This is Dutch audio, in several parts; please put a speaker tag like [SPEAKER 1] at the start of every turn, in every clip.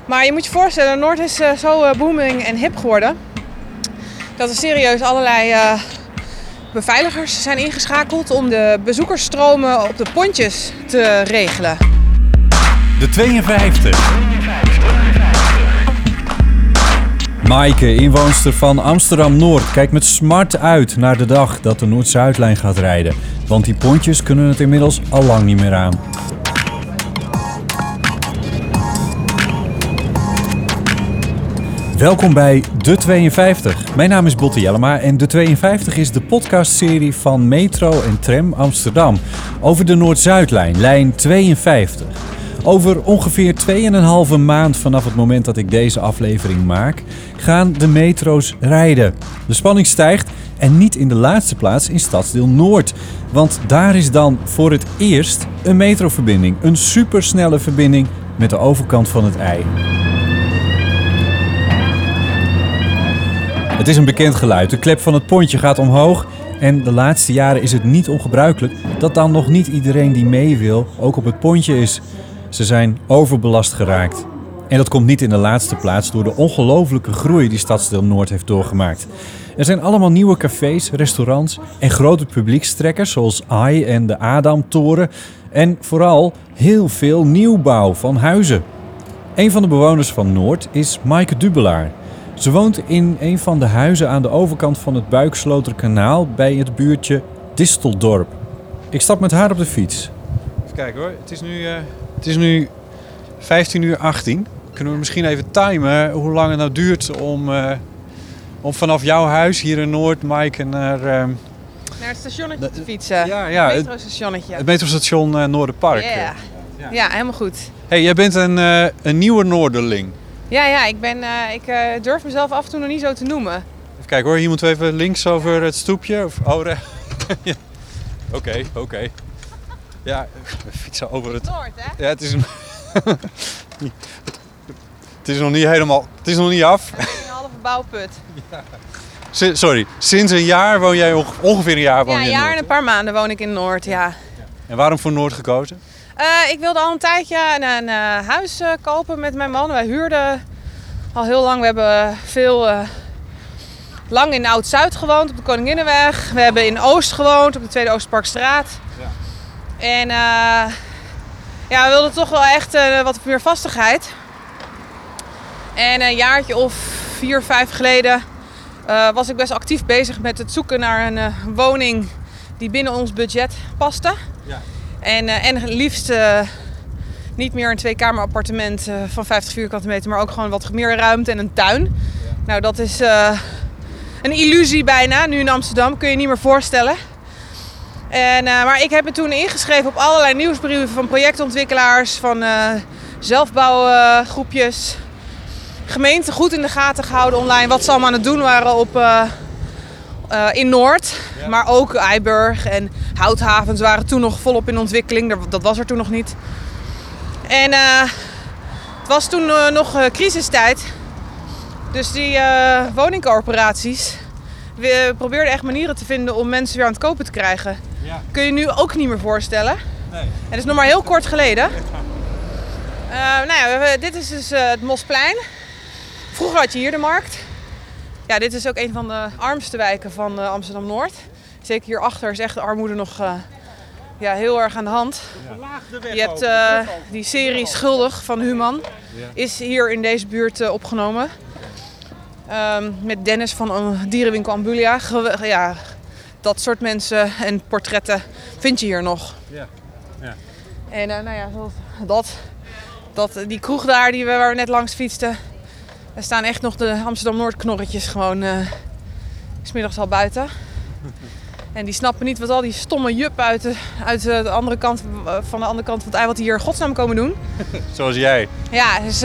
[SPEAKER 1] Maar je moet je voorstellen, Noord is zo booming en hip geworden dat er serieus allerlei beveiligers zijn ingeschakeld om de bezoekersstromen op de pontjes te regelen.
[SPEAKER 2] De 52. Maaike, inwoonster van Amsterdam-Noord, kijkt met smart uit naar de dag dat de Noord-Zuidlijn gaat rijden. Want die pontjes kunnen het inmiddels al lang niet meer aan. Welkom bij De 52. Mijn naam is Botte Jellema en De 52 is de podcastserie van Metro en Tram Amsterdam over de Noord-Zuidlijn, lijn 52. Over ongeveer 2,5 maand vanaf het moment dat ik deze aflevering maak, gaan de metro's rijden. De spanning stijgt en niet in de laatste plaats in stadsdeel Noord. Want daar is dan voor het eerst een metroverbinding. Een supersnelle verbinding met de overkant van het IJ. Het is een bekend geluid. De klep van het pontje gaat omhoog. En de laatste jaren is het niet ongebruikelijk dat dan nog niet iedereen die mee wil ook op het pontje is. Ze zijn overbelast geraakt. En dat komt niet in de laatste plaats door de ongelofelijke groei die stadsdeel Noord heeft doorgemaakt. Er zijn allemaal nieuwe cafés, restaurants en grote publiekstrekkers zoals AI en de Adamtoren. En vooral heel veel nieuwbouw van huizen. Een van de bewoners van Noord is Maaike Dubelaar. Ze woont in een van de huizen aan de overkant van het Buiksloterkanaal bij het buurtje Disteldorp. Ik stap met haar op de fiets. Even kijken hoor, het is nu 15:18. Kunnen we misschien even timen hoe lang het nou duurt om vanaf jouw huis hier in Noord, Maaike, naar
[SPEAKER 1] het stationnetje te fietsen.
[SPEAKER 2] Ja,
[SPEAKER 1] het metrostationnetje.
[SPEAKER 2] Het metrostation Noorderpark.
[SPEAKER 1] Yeah. Ja, helemaal goed.
[SPEAKER 2] Hey, jij bent een nieuwe Noorderling.
[SPEAKER 1] Ja, ik durf mezelf af en toe nog niet zo te noemen.
[SPEAKER 2] Even kijken hoor, hier moeten we even links over het stoepje. Ja. Oké. Ja, we fietsen over het...
[SPEAKER 1] Noord, hè?
[SPEAKER 2] Ja, het is... het is nog niet helemaal... Het is nog niet af.
[SPEAKER 1] Het is een halve bouwput.
[SPEAKER 2] Ja. Sorry, sinds een jaar woon jij ongeveer een jaar woon je in Noord?
[SPEAKER 1] Ja, een jaar en een paar maanden woon ik in Noord, ja.
[SPEAKER 2] En waarom voor Noord gekozen?
[SPEAKER 1] Ik wilde al een tijdje een huis kopen met mijn man. Wij huurden al heel lang. We hebben lang in Oud-Zuid gewoond op de Koninginnenweg. We hebben in Oost gewoond op de Tweede Oostparkstraat. Ja. En we wilden toch wel echt wat meer vastigheid. En een jaartje of 4, 5 geleden was ik best actief bezig met het zoeken naar een woning die binnen ons budget paste. Ja. En liefst niet meer een 2-kamer appartement van 50 vierkante meter, maar ook gewoon wat meer ruimte en een tuin. Ja. Nou, dat is een illusie bijna. Nu in Amsterdam kun je niet meer voorstellen. Maar ik heb me toen ingeschreven op allerlei nieuwsbrieven van projectontwikkelaars, van zelfbouwgroepjes. Gemeenten goed in de gaten gehouden online wat ze allemaal aan het doen waren in Noord. Ja. Maar ook Eiburg en Houthavens waren toen nog volop in ontwikkeling. Dat was er toen nog niet. En het was toen nog crisistijd. Dus die woningcorporaties probeerden echt manieren te vinden om mensen weer aan het kopen te krijgen. Ja. Kun je nu ook niet meer voorstellen. Nee. En dat is nog maar heel kort geleden. Dit is dus het Mosplein. Vroeger had je hier de markt. Ja, dit is ook een van de armste wijken van Amsterdam-Noord. Zeker hierachter is echt de armoede nog heel erg aan de hand. Ja. Je hebt die serie Schuldig van Human. Is hier in deze buurt opgenomen. Met Dennis van Dierenwinkel Ambulia. Dat soort mensen en portretten vind je hier nog. Ja. Ja. En zoals die kroeg daar waar we net langs fietsten. Er staan echt nog de Amsterdam-Noord knorretjes gewoon 's middags al buiten. En die snappen niet wat al die stomme jup uit de andere kant van het ei wat die hier in godsnaam komen doen.
[SPEAKER 2] Zoals jij.
[SPEAKER 1] Ja, dus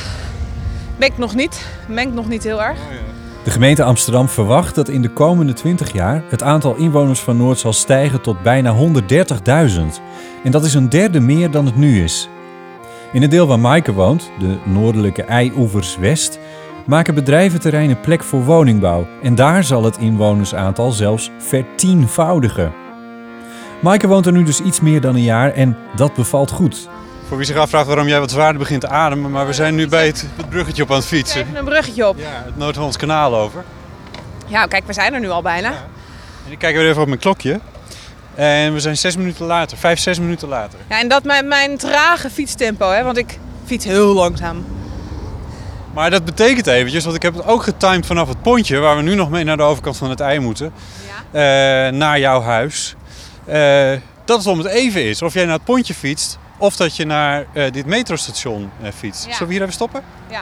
[SPEAKER 1] mengt nog niet heel erg. Oh, ja.
[SPEAKER 2] De gemeente Amsterdam verwacht dat in de komende 20 jaar het aantal inwoners van Noord zal stijgen tot bijna 130.000. En dat is een derde meer dan het nu is. In het deel waar Maaike woont, de noordelijke IJ-oevers West, maken bedrijventerreinen plek voor woningbouw. En daar zal het inwonersaantal zelfs vertienvoudigen. Maaike woont er nu dus iets meer dan een jaar en dat bevalt goed.
[SPEAKER 3] Voor wie zich afvraagt waarom jij wat zwaarder begint te ademen, maar we zijn nu bij het bruggetje op aan het fietsen.
[SPEAKER 1] Even een bruggetje op.
[SPEAKER 3] Ja, het Noord-Hollands kanaal over.
[SPEAKER 1] Ja, kijk, we zijn er nu al bijna.
[SPEAKER 3] Ja. En ik kijk weer even op mijn klokje. En we zijn 6 minuten later, 5, 6 minuten later.
[SPEAKER 1] Ja, en dat met mijn trage fietstempo, hè, want ik fiets heel langzaam.
[SPEAKER 3] Maar dat betekent eventjes, want ik heb het ook getimed vanaf het pontje, waar we nu nog mee naar de overkant van het IJ moeten, naar jouw huis. Dat het om het even is, of jij naar het pontje fietst, of dat je naar dit metrostation fietst.
[SPEAKER 1] Ja.
[SPEAKER 3] Zullen we hier even stoppen?
[SPEAKER 1] Ja.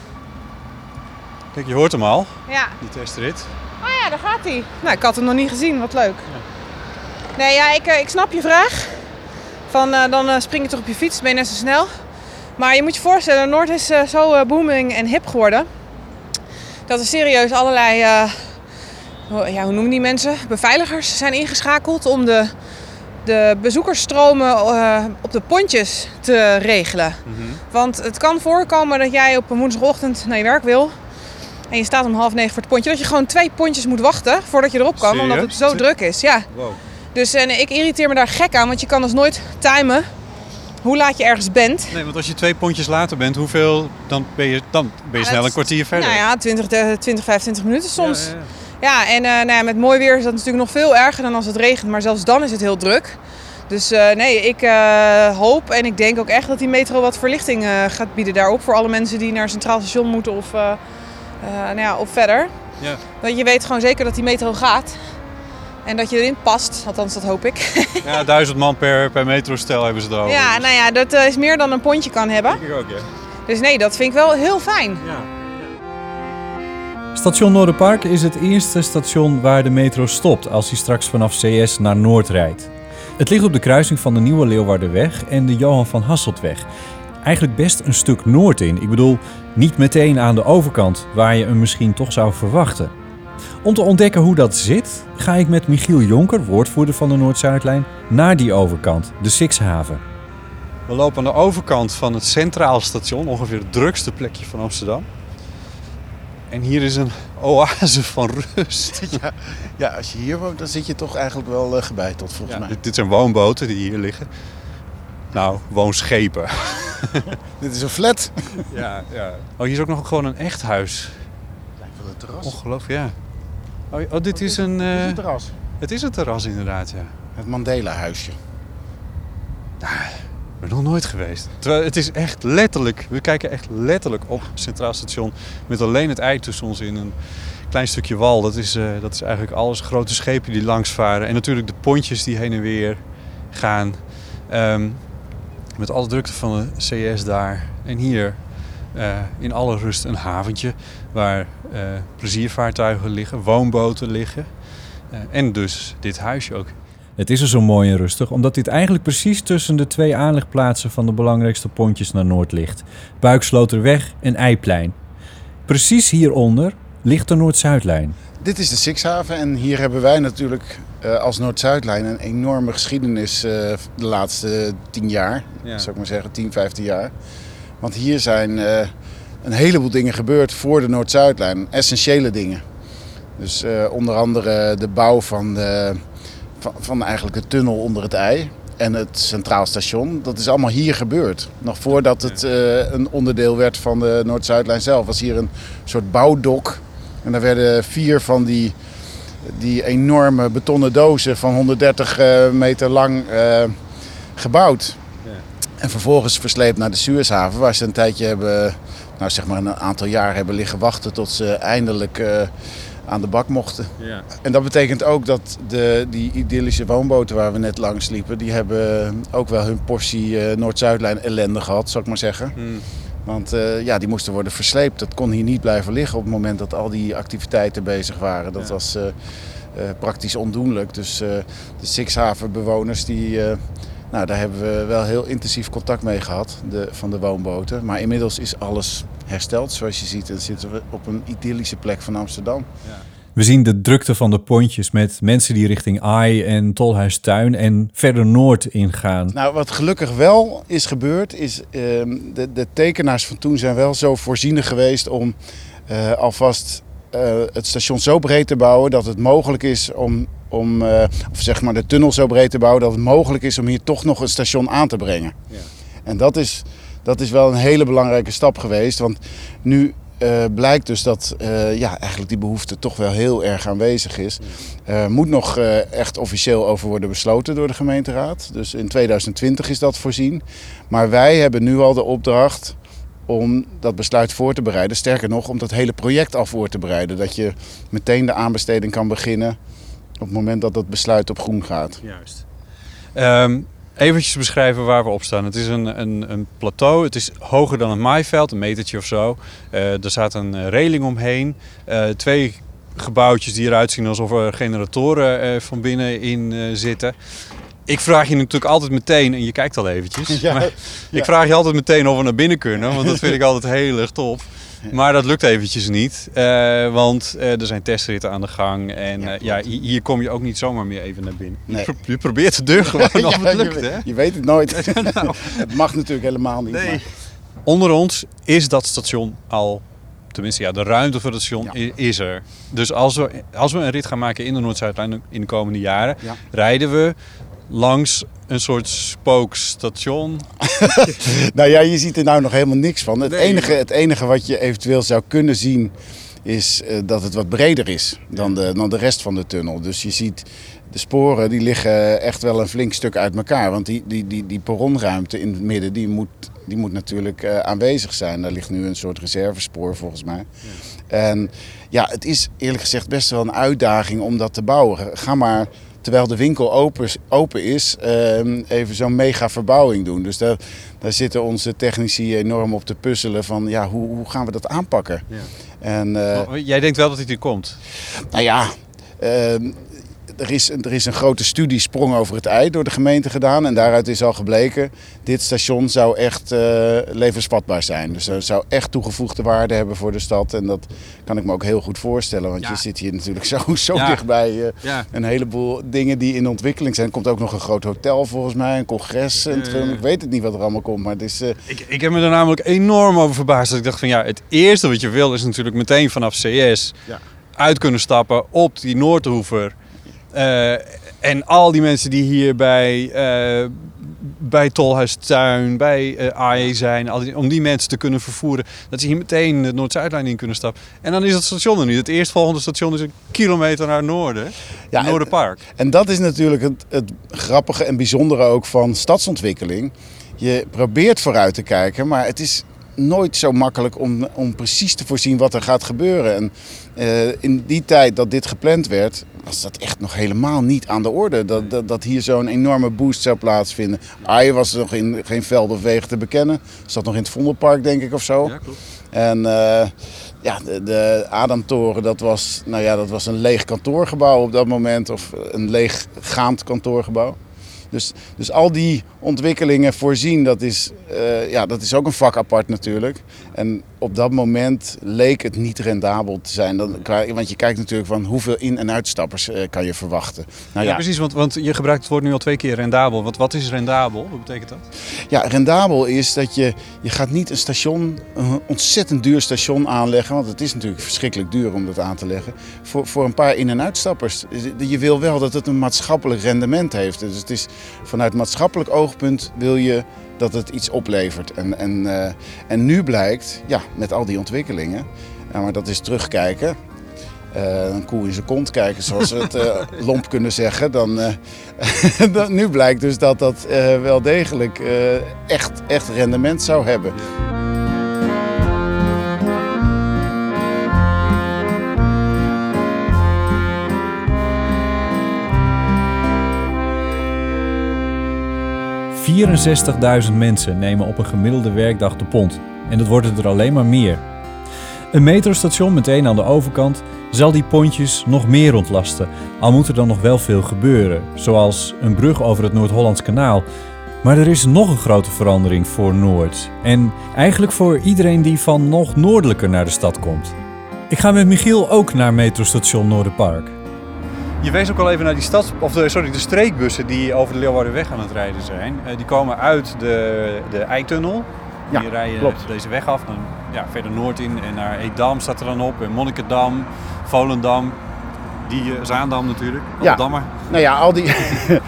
[SPEAKER 3] Kijk, je hoort hem al,
[SPEAKER 1] Ja.
[SPEAKER 3] die testrit.
[SPEAKER 1] Oh ja, daar gaat hij. Nou, ik had hem nog niet gezien. Wat leuk. Nee, ja, ik snap je vraag. Dan spring je toch op je fiets, ben je net zo snel. Maar je moet je voorstellen, Noord is zo booming en hip geworden. Dat er serieus allerlei, hoe noemen die mensen? Beveiligers zijn ingeschakeld om de bezoekersstromen op de pontjes te regelen.
[SPEAKER 3] Mm-hmm.
[SPEAKER 1] Want het kan voorkomen dat jij op een woensdagochtend naar je werk wil. En je staat om 8:30 voor het pontje. Dat je gewoon 2 pontjes moet wachten voordat je erop kan.
[SPEAKER 3] Serieus?
[SPEAKER 1] Omdat het zo druk is. Ja.
[SPEAKER 3] Wow.
[SPEAKER 1] Dus ik irriteer me daar gek aan. Want je kan dus nooit timen hoe laat je ergens bent.
[SPEAKER 3] Nee, want als je 2 pontjes later bent, hoeveel, dan ben je snel een kwartier verder.
[SPEAKER 1] Nou ja, 20, 25 minuten soms.
[SPEAKER 3] Ja.
[SPEAKER 1] Ja, en met mooi weer is dat natuurlijk nog veel erger dan als het regent. Maar zelfs dan is het heel druk. Dus ik hoop en ik denk ook echt dat die metro wat verlichting gaat bieden daarop. Voor alle mensen die naar Centraal Station moeten of verder.
[SPEAKER 3] Ja.
[SPEAKER 1] Want je weet gewoon zeker dat die metro gaat. En dat je erin past, althans dat hoop ik.
[SPEAKER 3] Ja, 1000 man per metrostel hebben ze erover.
[SPEAKER 1] Ja, nou ja, dat is meer dan een pontje kan hebben.
[SPEAKER 3] Ik ook, ja.
[SPEAKER 1] Dus nee, dat vind ik wel heel fijn.
[SPEAKER 3] Ja.
[SPEAKER 2] Station Noorderpark is het eerste station waar de metro stopt als hij straks vanaf CS naar Noord rijdt. Het ligt op de kruising van de Nieuwe Leeuwarderweg en de Johan van Hasseltweg. Eigenlijk best een stuk noord in. Ik bedoel, niet meteen aan de overkant, waar je hem misschien toch zou verwachten. Om te ontdekken hoe dat zit, ga ik met Michiel Jonker, woordvoerder van de Noord-Zuidlijn, naar die overkant, de Sixhaven.
[SPEAKER 3] We lopen aan de overkant van het Centraal Station, ongeveer het drukste plekje van Amsterdam. En hier is een oase van rust.
[SPEAKER 4] Ja, als je hier woont, dan zit je toch eigenlijk wel gebeiteld volgens mij.
[SPEAKER 3] Dit zijn woonboten die hier liggen. Nou, woonschepen.
[SPEAKER 4] Dit is een flat.
[SPEAKER 3] Ja. Oh, hier is ook nog gewoon een echt huis.
[SPEAKER 4] Lijkt wel een terras.
[SPEAKER 3] Ongelooflijk, ja. Oh, dit is een...
[SPEAKER 4] Dit is een terras.
[SPEAKER 3] Het is een terras inderdaad, ja.
[SPEAKER 4] Het Mandela-huisje.
[SPEAKER 3] Ik ben nog nooit geweest. Terwijl het is echt letterlijk, we kijken echt letterlijk op het Centraal Station met alleen het IJ tussen ons in een klein stukje wal. Dat is eigenlijk alles. Grote schepen die langs varen en natuurlijk de pontjes die heen en weer gaan. Met alle drukte van de CS daar. En hier in alle rust een haventje waar pleziervaartuigen liggen, woonboten liggen. En dus dit huisje ook.
[SPEAKER 2] Het is er zo mooi en rustig, omdat dit eigenlijk precies tussen de 2 aanlegplaatsen van de belangrijkste pontjes naar Noord ligt. Buiksloterweg en IJplein. Precies hieronder ligt de Noord-Zuidlijn.
[SPEAKER 4] Dit is de Sixhaven en hier hebben wij natuurlijk als Noord-Zuidlijn een enorme geschiedenis de laatste 10 jaar.
[SPEAKER 3] Ja.
[SPEAKER 4] Zou ik maar zeggen, 10, 15 jaar. Want hier zijn een heleboel dingen gebeurd voor de Noord-Zuidlijn. Essentiële dingen. Dus onder andere de bouw van eigenlijk de tunnel onder het IJ en het Centraal Station. Dat is allemaal hier gebeurd. Nog voordat het een onderdeel werd van de Noord-Zuidlijn zelf. Was hier een soort bouwdok. En daar werden 4 van die enorme betonnen dozen van 130 meter lang gebouwd.
[SPEAKER 3] Ja.
[SPEAKER 4] En vervolgens versleept naar de Suezhaven, waar ze een tijdje hebben, nou zeg maar een aantal jaar hebben liggen wachten tot ze eindelijk aan de bak mochten.
[SPEAKER 3] Ja.
[SPEAKER 4] En dat betekent ook dat die idyllische woonboten waar we net langs liepen, die hebben ook wel hun portie Noord-Zuidlijn ellende gehad, zou ik maar zeggen. Want die moesten worden versleept. Dat kon hier niet blijven liggen op het moment dat al die activiteiten bezig waren. Dat was praktisch ondoenlijk. Dus de Sixhaven-bewoners, daar hebben we wel heel intensief contact mee gehad, van de woonboten. Maar inmiddels is alles hersteld, zoals je ziet. En zitten we op een idyllische plek van Amsterdam.
[SPEAKER 3] Ja.
[SPEAKER 2] We zien de drukte van de pontjes met mensen die richting IJ en Tolhuistuin en verder Noord ingaan.
[SPEAKER 4] Nou, wat gelukkig wel is gebeurd, is de tekenaars van toen zijn wel zo voorzienig geweest om alvast het station zo breed te bouwen dat het mogelijk is of zeg maar de tunnel zo breed te bouwen dat het mogelijk is om hier toch nog een station aan te brengen.
[SPEAKER 3] Ja.
[SPEAKER 4] En dat is wel een hele belangrijke stap geweest. Want nu blijkt dus dat eigenlijk die behoefte toch wel heel erg aanwezig is. Moet nog echt officieel over worden besloten door de gemeenteraad. Dus in 2020 is dat voorzien. Maar wij hebben nu al de opdracht om dat besluit voor te bereiden. Sterker nog, om dat hele project al voor te bereiden. Dat je meteen de aanbesteding kan beginnen op het moment dat dat besluit op groen gaat.
[SPEAKER 3] Juist. Eventjes beschrijven waar we op staan. Het is een plateau. Het is hoger dan een maaiveld, een metertje of zo. Er staat een reling omheen. 2 gebouwtjes die eruit zien alsof er generatoren van binnenin zitten. Ik vraag je natuurlijk altijd meteen, en je kijkt al eventjes.
[SPEAKER 4] Ja,
[SPEAKER 3] maar ik vraag je altijd meteen of we naar binnen kunnen. Want dat vind ik altijd heel erg tof. Maar dat lukt eventjes niet, want er zijn testritten aan de gang en hier kom je ook niet zomaar meer even naar binnen.
[SPEAKER 4] Nee.
[SPEAKER 3] Je probeert de deur gewoon of het lukt, hè?
[SPEAKER 4] Je weet het nooit. Nou. Het mag natuurlijk helemaal niet.
[SPEAKER 3] Nee.
[SPEAKER 4] Maar...
[SPEAKER 3] Onder ons is dat station al, tenminste de ruimte voor het station is er. Dus als we een rit gaan maken in de Noord-Zuidlijn in de komende jaren, rijden we langs een soort spookstation.
[SPEAKER 4] Nou ja, je ziet er nou nog helemaal niks van. Het enige wat je eventueel zou kunnen zien is dat het wat breder is dan de rest van de tunnel. Dus je ziet de sporen die liggen echt wel een flink stuk uit elkaar. Want die perronruimte in het midden die moet natuurlijk aanwezig zijn. Daar ligt nu een soort reservespoor volgens mij. Ja. En ja, het is eerlijk gezegd best wel een uitdaging om dat te bouwen. Ga maar, terwijl de winkel open is, even zo'n mega verbouwing doen. Dus daar zitten onze technici enorm op te puzzelen van ja, hoe gaan we dat aanpakken? Ja. En,
[SPEAKER 3] jij denkt wel dat dit hier komt?
[SPEAKER 4] Nou ja, er is een grote studie Sprong over het ei door de gemeente gedaan. En daaruit is al gebleken, dit station zou echt levensvatbaar zijn. Dus het zou echt toegevoegde waarde hebben voor de stad. En dat kan ik me ook heel goed voorstellen. Want je zit hier natuurlijk zo dichtbij. Een heleboel dingen die in ontwikkeling zijn. Er komt ook nog een groot hotel volgens mij, een congrescentrum. Ik weet het niet wat er allemaal komt. Maar het is,
[SPEAKER 3] ik heb me er namelijk enorm over verbaasd. Dat ik dacht van het eerste wat je wil is natuurlijk meteen vanaf CS uit kunnen stappen op die Noordoever. En al die mensen die hier bij Tolhuistuin, bij AE zijn, om die mensen te kunnen vervoeren, dat ze hier meteen de Noord-Zuidlijn in kunnen stappen. En dan is het station er niet. Het eerstvolgende station is een kilometer naar het noorden, Noorderpark.
[SPEAKER 4] En dat is natuurlijk het grappige en bijzondere ook van stadsontwikkeling. Je probeert vooruit te kijken, maar het is nooit zo makkelijk om precies te voorzien wat er gaat gebeuren. En in die tijd dat dit gepland werd, was dat echt nog helemaal niet aan de orde. Dat hier zo'n enorme boost zou plaatsvinden. Aaien was er nog in geen velden of wegen te bekennen. Zat nog in het Vondelpark, denk ik, of zo. Ja, klopt. En de Adamtoren, dat was een leeg kantoorgebouw op dat moment. Of een leeggaand kantoorgebouw. Dus al die ontwikkelingen voorzien, dat is ook een vak apart natuurlijk. En op dat moment leek het niet rendabel te zijn. Want je kijkt natuurlijk van hoeveel in- en uitstappers kan je verwachten.
[SPEAKER 3] Ja, precies, want je gebruikt het woord nu al 2 keer rendabel. Wat is rendabel? Wat betekent dat?
[SPEAKER 4] Ja, rendabel is dat je gaat niet een ontzettend duur station aanleggen. Want het is natuurlijk verschrikkelijk duur om dat aan te leggen. Voor een paar in- en uitstappers. Je wil wel dat het een maatschappelijk rendement heeft. Dus het is vanuit maatschappelijk oogpunt wil je dat het iets oplevert. En nu blijkt, met al die ontwikkelingen, maar dat is terugkijken, een koe in zijn kont kijken, zoals we het lomp kunnen zeggen, dan nu blijkt dus dat wel degelijk echt rendement zou hebben.
[SPEAKER 2] ...64.000 mensen nemen op een gemiddelde werkdag de pont. En dat wordt er alleen maar meer. Een metrostation meteen aan de overkant zal die pontjes nog meer ontlasten. Al moet er dan nog wel veel gebeuren. Zoals een brug over het Noord-Hollands kanaal. Maar er is nog een grote verandering voor Noord. En eigenlijk voor iedereen die van nog noordelijker naar de stad komt. Ik ga met Michiel ook naar metrostation Noorderpark.
[SPEAKER 3] Je wees ook al even naar de streekbussen die over de Leeuwardenweg aan het rijden zijn. Die komen uit de Eitunnel. Die rijden klopt. Deze weg af, dan verder noord in en naar Edam staat er dan op. En Monnikendam, Volendam, Zaandam natuurlijk.
[SPEAKER 4] Ja, nou ja,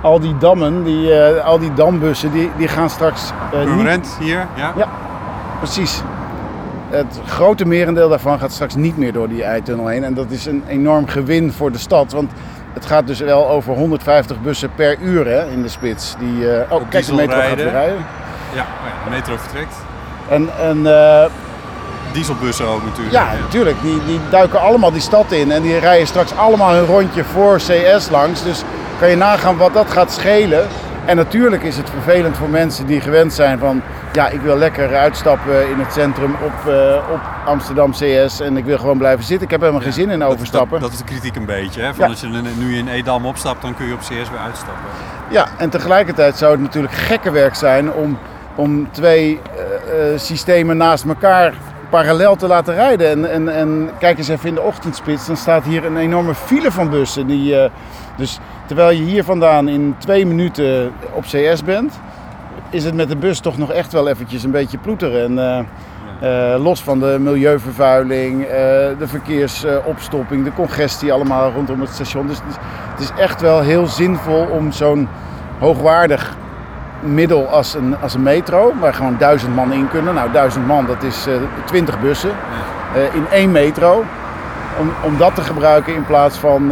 [SPEAKER 4] al die dammen, al die dambussen, die gaan straks
[SPEAKER 3] Permanent hier, ja?
[SPEAKER 4] Ja, precies. Het grote merendeel daarvan gaat straks niet meer door die eitunnel heen. En dat is een enorm gewin voor de stad. Want het gaat dus wel over 150 bussen per uur hè, in de spits. Kijk, de metro gaat weer rijden.
[SPEAKER 3] Ja, de metro vertrekt.
[SPEAKER 4] En
[SPEAKER 3] dieselbussen ook natuurlijk.
[SPEAKER 4] Ja, natuurlijk. Die duiken allemaal die stad in. En die rijden straks allemaal hun rondje voor CS langs. Dus kan je nagaan wat dat gaat schelen. En natuurlijk is het vervelend voor mensen die gewend zijn van... Ja, ik wil lekker uitstappen in het centrum op Amsterdam CS en ik wil gewoon blijven zitten. Ik heb helemaal geen zin in overstappen.
[SPEAKER 3] Dat is de kritiek een beetje. Hè? Van als je nu in Edam opstapt, dan kun je op CS weer uitstappen.
[SPEAKER 4] Ja, en tegelijkertijd zou het natuurlijk gekkenwerk zijn om twee systemen naast elkaar parallel te laten rijden. En kijk eens even in de ochtendspits, dan staat hier een enorme file van bussen. Dus terwijl je hier vandaan in 2 minuten op CS bent, is het met de bus toch nog echt wel eventjes een beetje ploeteren. En los van de milieuvervuiling, de verkeersopstopping, de congestie allemaal rondom het station. Dus het is echt wel heel zinvol om zo'n hoogwaardig middel als een metro, waar gewoon 1000 man in kunnen. Nou, 1000 man, dat is 20 bussen in 1 metro. Om dat te gebruiken in plaats van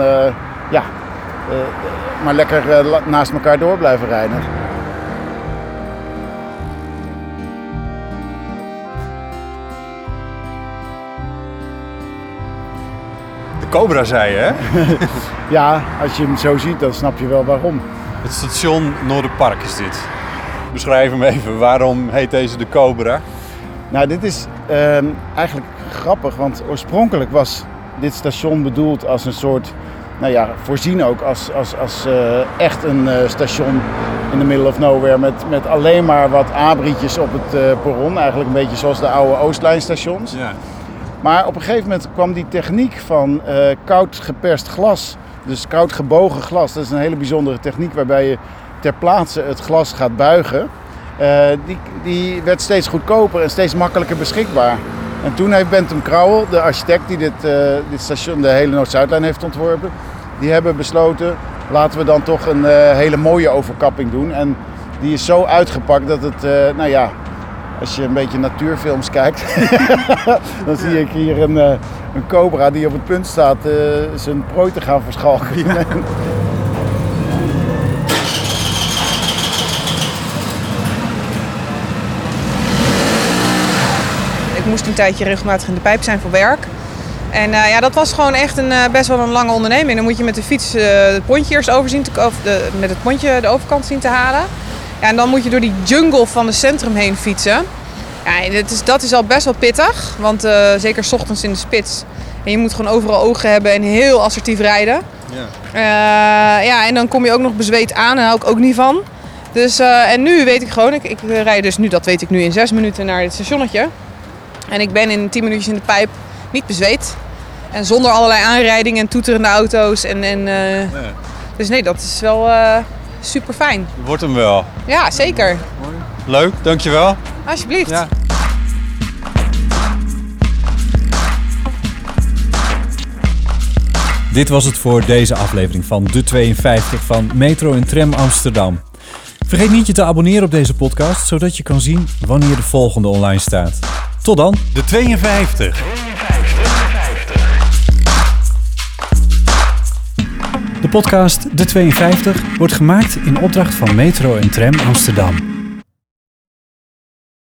[SPEAKER 4] maar lekker naast elkaar door blijven rijden.
[SPEAKER 3] Cobra zei je, hè?
[SPEAKER 4] Ja, als je hem zo ziet, dan snap je wel waarom.
[SPEAKER 3] Het station Noorderpark is dit. Beschrijf hem even. Waarom heet deze de Cobra?
[SPEAKER 4] Nou, dit is eigenlijk grappig, want oorspronkelijk was dit station bedoeld als een soort... Nou ja, voorzien ook als echt een station in the middle of nowhere met alleen maar wat abrietjes op het perron. Eigenlijk een beetje zoals de oude Oostlijnstations.
[SPEAKER 3] Ja.
[SPEAKER 4] Maar op een gegeven moment kwam die techniek van koud geperst glas, dus koud gebogen glas. Dat is een hele bijzondere techniek waarbij je ter plaatse het glas gaat buigen. Die werd steeds goedkoper en steeds makkelijker beschikbaar. En toen heeft Bentham Crowell, de architect die dit station, de hele Noord-Zuidlijn heeft ontworpen, die hebben besloten, laten we dan toch een hele mooie overkapping doen. En die is zo uitgepakt dat het, als je een beetje natuurfilms kijkt, dan zie ik hier een cobra die op het punt staat zijn prooi te gaan verschalken. Ja.
[SPEAKER 1] Ik moest een tijdje regelmatig in de pijp zijn voor werk. En dat was gewoon echt best wel een lange onderneming. Dan moet je met de fiets het pontje eerst met het pontje de overkant zien te halen. Ja, en dan moet je door die jungle van het centrum heen fietsen. Ja, dat is al best wel pittig, want zeker 's ochtends in de spits. En je moet gewoon overal ogen hebben en heel assertief rijden. Ja. En dan kom je ook nog bezweet aan, daar hou ik ook niet van. Dus, en nu weet ik gewoon, ik rijd dus nu, dat weet ik nu, in 6 minuten naar dit stationnetje. En ik ben in 10 minuutjes in de pijp niet bezweet. En zonder allerlei aanrijdingen en toeterende auto's. Dus nee, dat is wel super fijn.
[SPEAKER 3] Wordt hem wel.
[SPEAKER 1] Ja, zeker.
[SPEAKER 3] Leuk, dankjewel.
[SPEAKER 1] Alsjeblieft.
[SPEAKER 3] Ja.
[SPEAKER 2] Dit was het voor deze aflevering van De 52 van Metro en Tram Amsterdam. Vergeet niet je te abonneren op deze podcast, zodat je kan zien wanneer de volgende online staat. Tot dan.
[SPEAKER 3] De 52.
[SPEAKER 2] De podcast De 52 wordt gemaakt in opdracht van Metro en Tram Amsterdam.